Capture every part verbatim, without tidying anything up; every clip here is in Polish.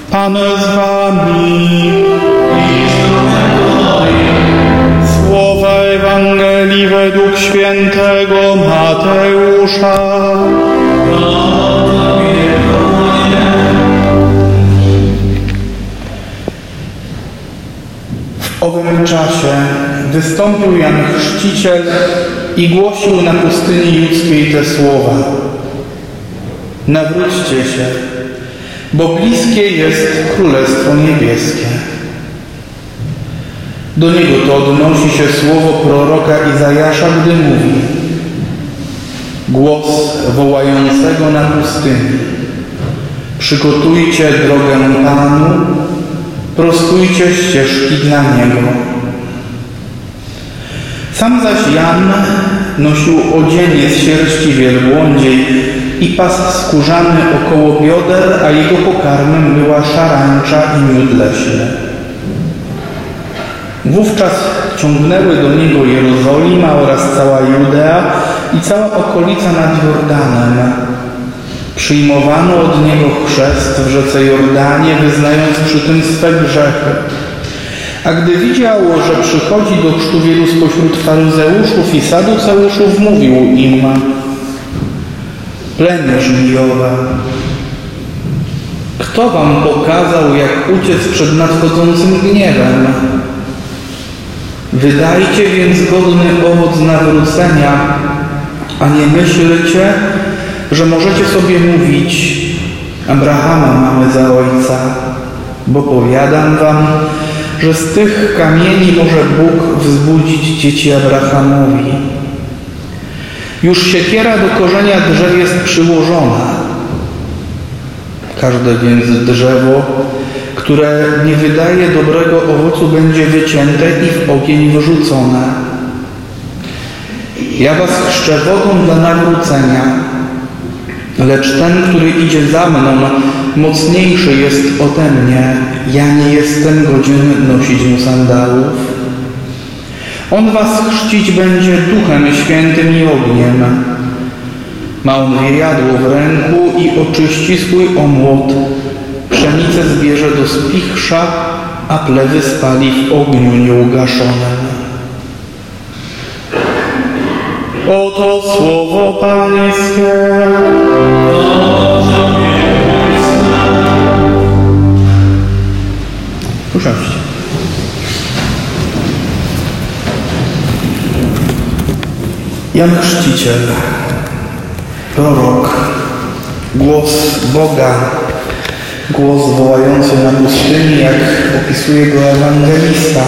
Pan z wami. Słowa Ewangelii według świętego Mateusza. W owym czasie wystąpił Jan Chrzciciel i głosił na pustyni judzkiej te słowa: nawróćcie się, bo bliskie jest Królestwo Niebieskie. Do niego to odnosi się słowo proroka Izajasza, gdy mówi: głos wołającego na pustyni: przygotujcie drogę Panu, prostujcie ścieżki dla Niego. Sam zaś Jan nosił odzienie z sierści wielbłądziej i pas skórzany około bioder, a jego pokarmem była szarańcza i miód leśny. Wówczas ciągnęły do niego Jerozolima oraz cała Judea i cała okolica nad Jordanem. Przyjmowano od niego chrzest w rzece Jordanie, wyznając przy tym swe grzechy. A gdy widział, że przychodzi do chrztu wielu spośród faryzeuszów i saduceuszów, mówił im: plemię żmijowe, kto wam pokazał, jak uciec przed nadchodzącym gniewem? Wydajcie więc godny owoc nawrócenia, a nie myślcie, że możecie sobie mówić: Abrahama mamy za ojca, bo powiadam wam, że z tych kamieni może Bóg wzbudzić dzieci Abrahamowi. Już siekiera do korzenia drzew jest przyłożona. Każde więc drzewo, które nie wydaje dobrego owocu, będzie wycięte i w ogień wyrzucone. Ja was chrzczę wodą dla nawrócenia, lecz ten, który idzie za mną, mocniejszy jest ode mnie. Ja nie jestem godzien nosić mu sandałów. On was chrzcić będzie Duchem Świętym i ogniem. Ma on wiejadło w ręku i oczyści swój omłot. Pszenicę zbierze do spichrza, a plewy spali w ogniu nieugaszonym. Oto słowo Pańskie. Usiądźcie. Jan Chrzciciel, prorok, głos Boga, głos wołający na pustyni, jak opisuje go ewangelista.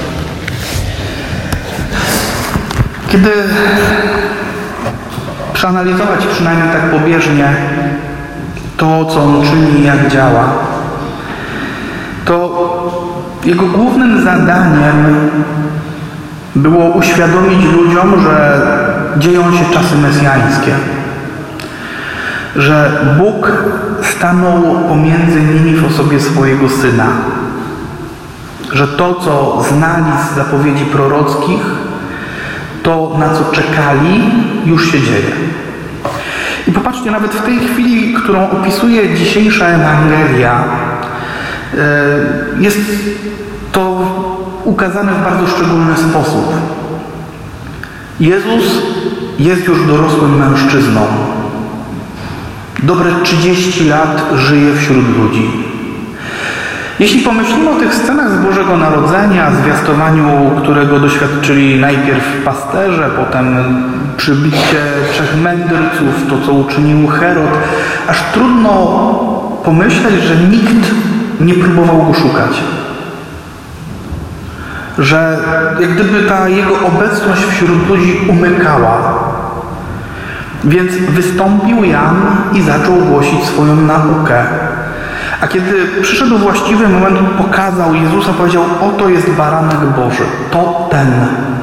Kiedy przeanalizować przynajmniej tak pobieżnie to, co on czyni i jak działa, to jego głównym zadaniem było uświadomić ludziom, że dzieją się czasy mesjańskie, że Bóg stanął pomiędzy nimi w osobie swojego Syna, że to, co znali z zapowiedzi prorockich, to, na co czekali, już się dzieje. I popatrzcie, nawet w tej chwili, którą opisuje dzisiejsza Ewangelia, jest to ukazane w bardzo szczególny sposób. Jezus jest już dorosłym mężczyzną. Dobre trzydzieści lat żyje wśród ludzi. Jeśli pomyślimy o tych scenach z Bożego Narodzenia, zwiastowaniu, którego doświadczyli najpierw pasterze, potem przybicie trzech mędrców, to co uczynił Herod, aż trudno pomyśleć, że nikt nie próbował go szukać. Że jak gdyby ta jego obecność wśród ludzi umykała. Więc wystąpił Jan i zaczął głosić swoją naukę. A kiedy przyszedł właściwy moment, pokazał Jezusa, powiedział: oto jest baranek Boży, to ten.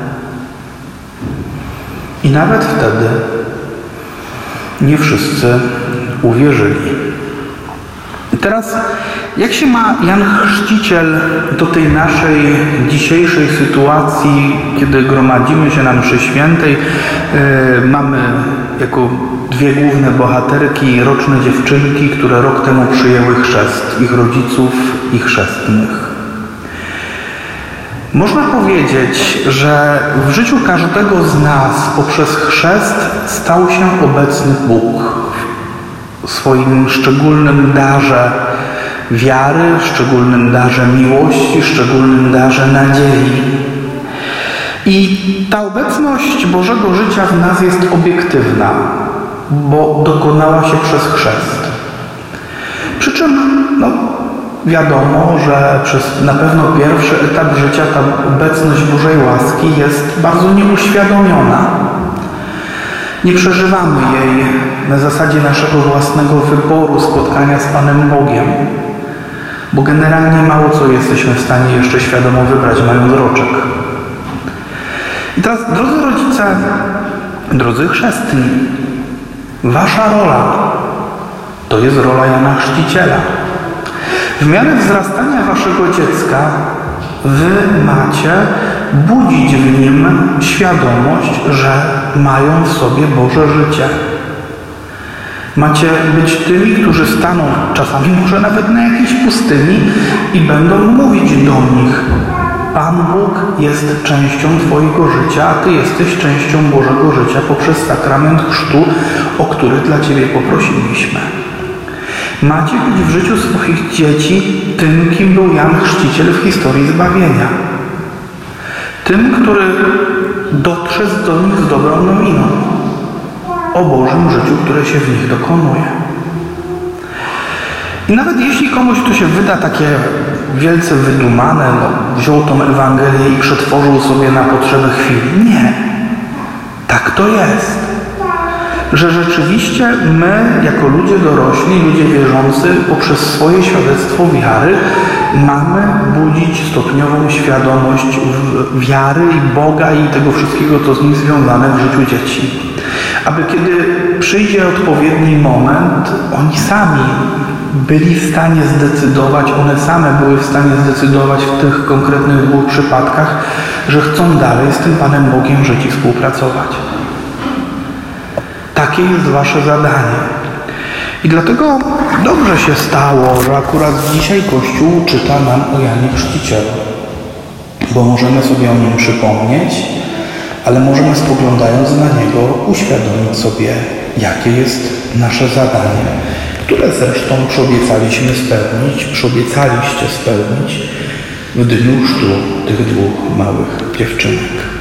I nawet wtedy nie wszyscy uwierzyli. I teraz, jak się ma Jan Chrzciciel do tej naszej dzisiejszej sytuacji, kiedy gromadzimy się na mszy świętej, yy, mamy jako dwie główne bohaterki, roczne dziewczynki, które rok temu przyjęły chrzest ich rodziców i chrzestnych. Można powiedzieć, że w życiu każdego z nas poprzez chrzest stał się obecny Bóg w swoim szczególnym darze wiary, szczególnym darze miłości, szczególnym darze nadziei. I ta obecność Bożego życia w nas jest obiektywna, bo dokonała się przez chrzest. Przy czym no, wiadomo, że przez na pewno pierwszy etap życia ta obecność Bożej łaski jest bardzo nieuświadomiona. Nie przeżywamy jej na zasadzie naszego własnego wyboru spotkania z Panem Bogiem, bo generalnie mało co jesteśmy w stanie jeszcze świadomo wybrać, mając roczek. I teraz, drodzy rodzice, drodzy chrzestni, wasza rola to jest rola Jana Chrzciciela. W miarę wzrastania waszego dziecka wy macie budzić w nim świadomość, że mają w sobie Boże życie. Macie być tymi, którzy staną czasami może nawet na jakiejś pustyni i będą mówić do nich: Pan Bóg jest częścią twojego życia, a ty jesteś częścią Bożego życia poprzez sakrament chrztu, o który dla ciebie poprosiliśmy. Macie być w życiu swoich dzieci tym, kim był Jan Chrzciciel w historii zbawienia. Tym, który dotrze do nich z dobrą nowiną o Bożym życiu, które się w nich dokonuje. I nawet jeśli komuś to się wyda takie wielce wydumane, no, wziął tą Ewangelię i przetworzył sobie na potrzeby chwili. Nie. Tak to jest. Że rzeczywiście my, jako ludzie dorośli, ludzie wierzący, poprzez swoje świadectwo wiary mamy budzić stopniową świadomość wiary i Boga i tego wszystkiego, co z nim związane w życiu dzieci. Aby kiedy przyjdzie odpowiedni moment, oni sami byli w stanie zdecydować, one same były w stanie zdecydować w tych konkretnych dwóch przypadkach, że chcą dalej z tym Panem Bogiem żyć i współpracować. Takie jest wasze zadanie. I dlatego dobrze się stało, że akurat dzisiaj Kościół czyta nam o Janie Chrzcicielu. Bo możemy sobie o nim przypomnieć, ale możemy, spoglądając na niego, uświadomić sobie, jakie jest nasze zadanie, które zresztą przyobiecaliśmy spełnić, przyobiecaliście spełnić w dniu chrztu tych dwóch małych dziewczynek.